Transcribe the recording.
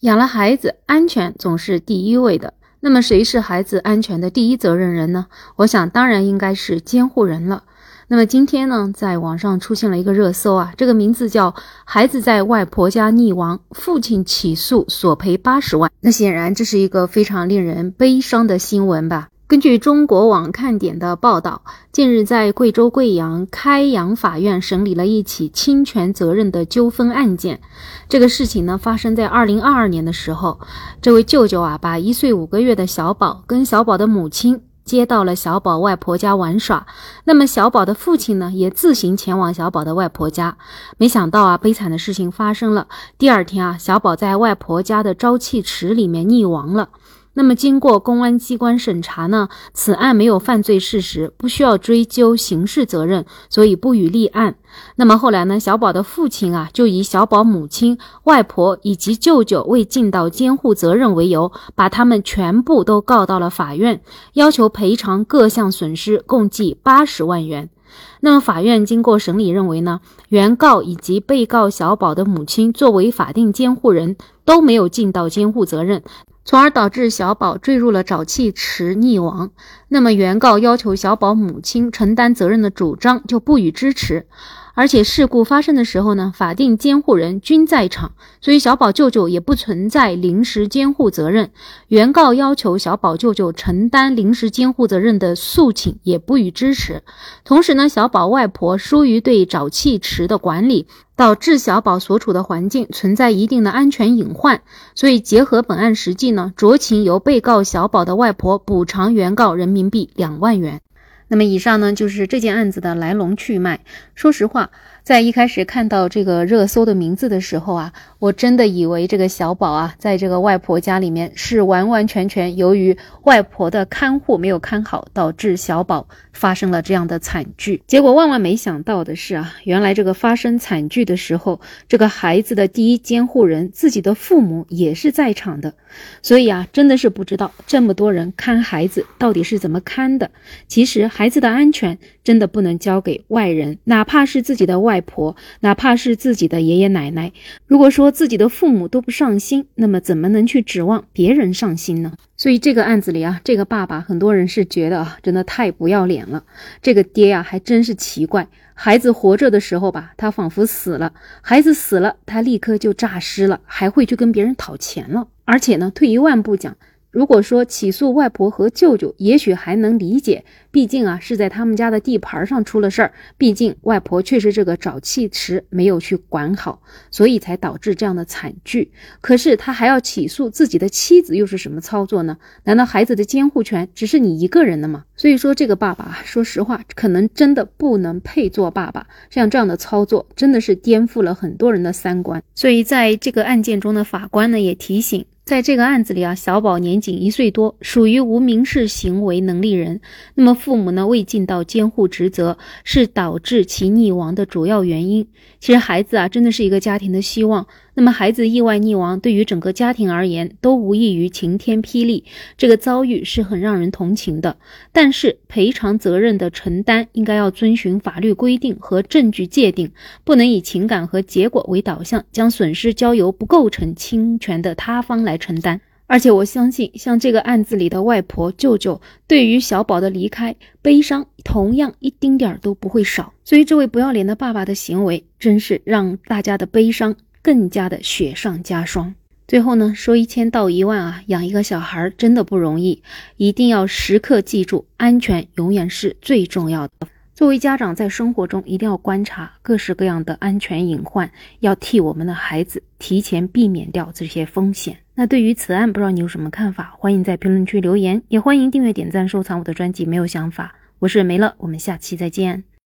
养了孩子，安全总是第一位的。那么谁是孩子安全的第一责任人呢？我想当然应该是监护人了。那么今天呢，在网上出现了一个热搜啊，这个名字叫孩子在外婆家溺亡，父亲起诉索赔80万。那显然这是一个非常令人悲伤的新闻吧。根据中国网看点的报道，近日在贵州贵阳开阳法院审理了一起侵权责任的纠纷案件。这个事情呢，发生在2022年的时候，这位舅舅啊，把1岁5个月的小宝跟小宝的母亲接到了小宝外婆家玩耍。那么小宝的父亲呢，也自行前往小宝的外婆家。没想到啊，悲惨的事情发生了。第二天啊，小宝在外婆家的沼气池里面溺亡了。那么经过公安机关审查呢，此案没有犯罪事实，不需要追究刑事责任，所以不予立案。那么后来呢，小宝的父亲啊，就以小宝母亲、外婆以及舅舅未尽到监护责任为由，把他们全部都告到了法院，要求赔偿各项损失共计80万元。那么法院经过审理认为呢，原告以及被告小宝的母亲作为法定监护人都没有尽到监护责任，从而导致小宝坠入了沼气池溺亡。那么原告要求小宝母亲承担责任的主张就不予支持。而且事故发生的时候呢，法定监护人均在场，所以小宝舅舅也不存在临时监护责任。原告要求小宝舅舅承担临时监护责任的诉请也不予支持。同时呢，小宝外婆疏于对沼气池的管理，导致小宝所处的环境存在一定的安全隐患，所以结合本案实际呢，酌情由被告小宝的外婆补偿原告人民币2万元。那么以上呢，就是这件案子的来龙去脉。说实话，在一开始看到这个热搜的名字的时候啊，我真的以为这个小宝啊，在这个外婆家里面是完完全全由于外婆的看护没有看好，导致小宝发生了这样的惨剧。结果万万没想到的是啊，原来这个发生惨剧的时候，这个孩子的第一监护人自己的父母也是在场的。所以啊，真的是不知道这么多人看孩子到底是怎么看的。其实孩子的安全真的不能交给外人，哪怕是自己的外婆，哪怕是自己的爷爷奶奶。如果说自己的父母都不上心，那么怎么能去指望别人上心呢？所以这个案子里啊，这个爸爸很多人是觉得啊，真的太不要脸了。这个爹啊，还真是奇怪。孩子活着的时候吧，他仿佛死了；孩子死了，他立刻就诈尸了，还会去跟别人讨钱了。而且呢，退一万步讲，如果说起诉外婆和舅舅，也许还能理解，毕竟啊是在他们家的地盘上出了事儿，毕竟外婆确实这个沼气池没有去管好，所以才导致这样的惨剧。可是他还要起诉自己的妻子，又是什么操作呢？难道孩子的监护权只是你一个人的吗？所以说这个爸爸说实话可能真的不能配做爸爸，像这样的操作真的是颠覆了很多人的三观。所以在这个案件中的法官呢也提醒，在这个案子里啊，小宝年仅1岁多，属于无民事行为能力人。那么父母呢未尽到监护职责，是导致其溺亡的主要原因。其实孩子啊真的是一个家庭的希望，那么孩子意外溺亡对于整个家庭而言都无异于晴天霹雳，这个遭遇是很让人同情的。但是赔偿责任的承担应该要遵循法律规定和证据界定，不能以情感和结果为导向，将损失交由不构成侵权的他方来承担。而且我相信像这个案子里的外婆舅舅对于小宝的离开悲伤同样一丁点都不会少。所以这位不要脸的爸爸的行为真是让大家的悲伤更加的雪上加霜。最后呢，说1000道1万啊，养一个小孩真的不容易，一定要时刻记住，安全永远是最重要的。作为家长，在生活中一定要观察各式各样的安全隐患，要替我们的孩子提前避免掉这些风险。那对于此案，不知道你有什么看法？欢迎在评论区留言，也欢迎订阅、点赞、收藏我的专辑。没有想法，我是梅乐，我们下期再见。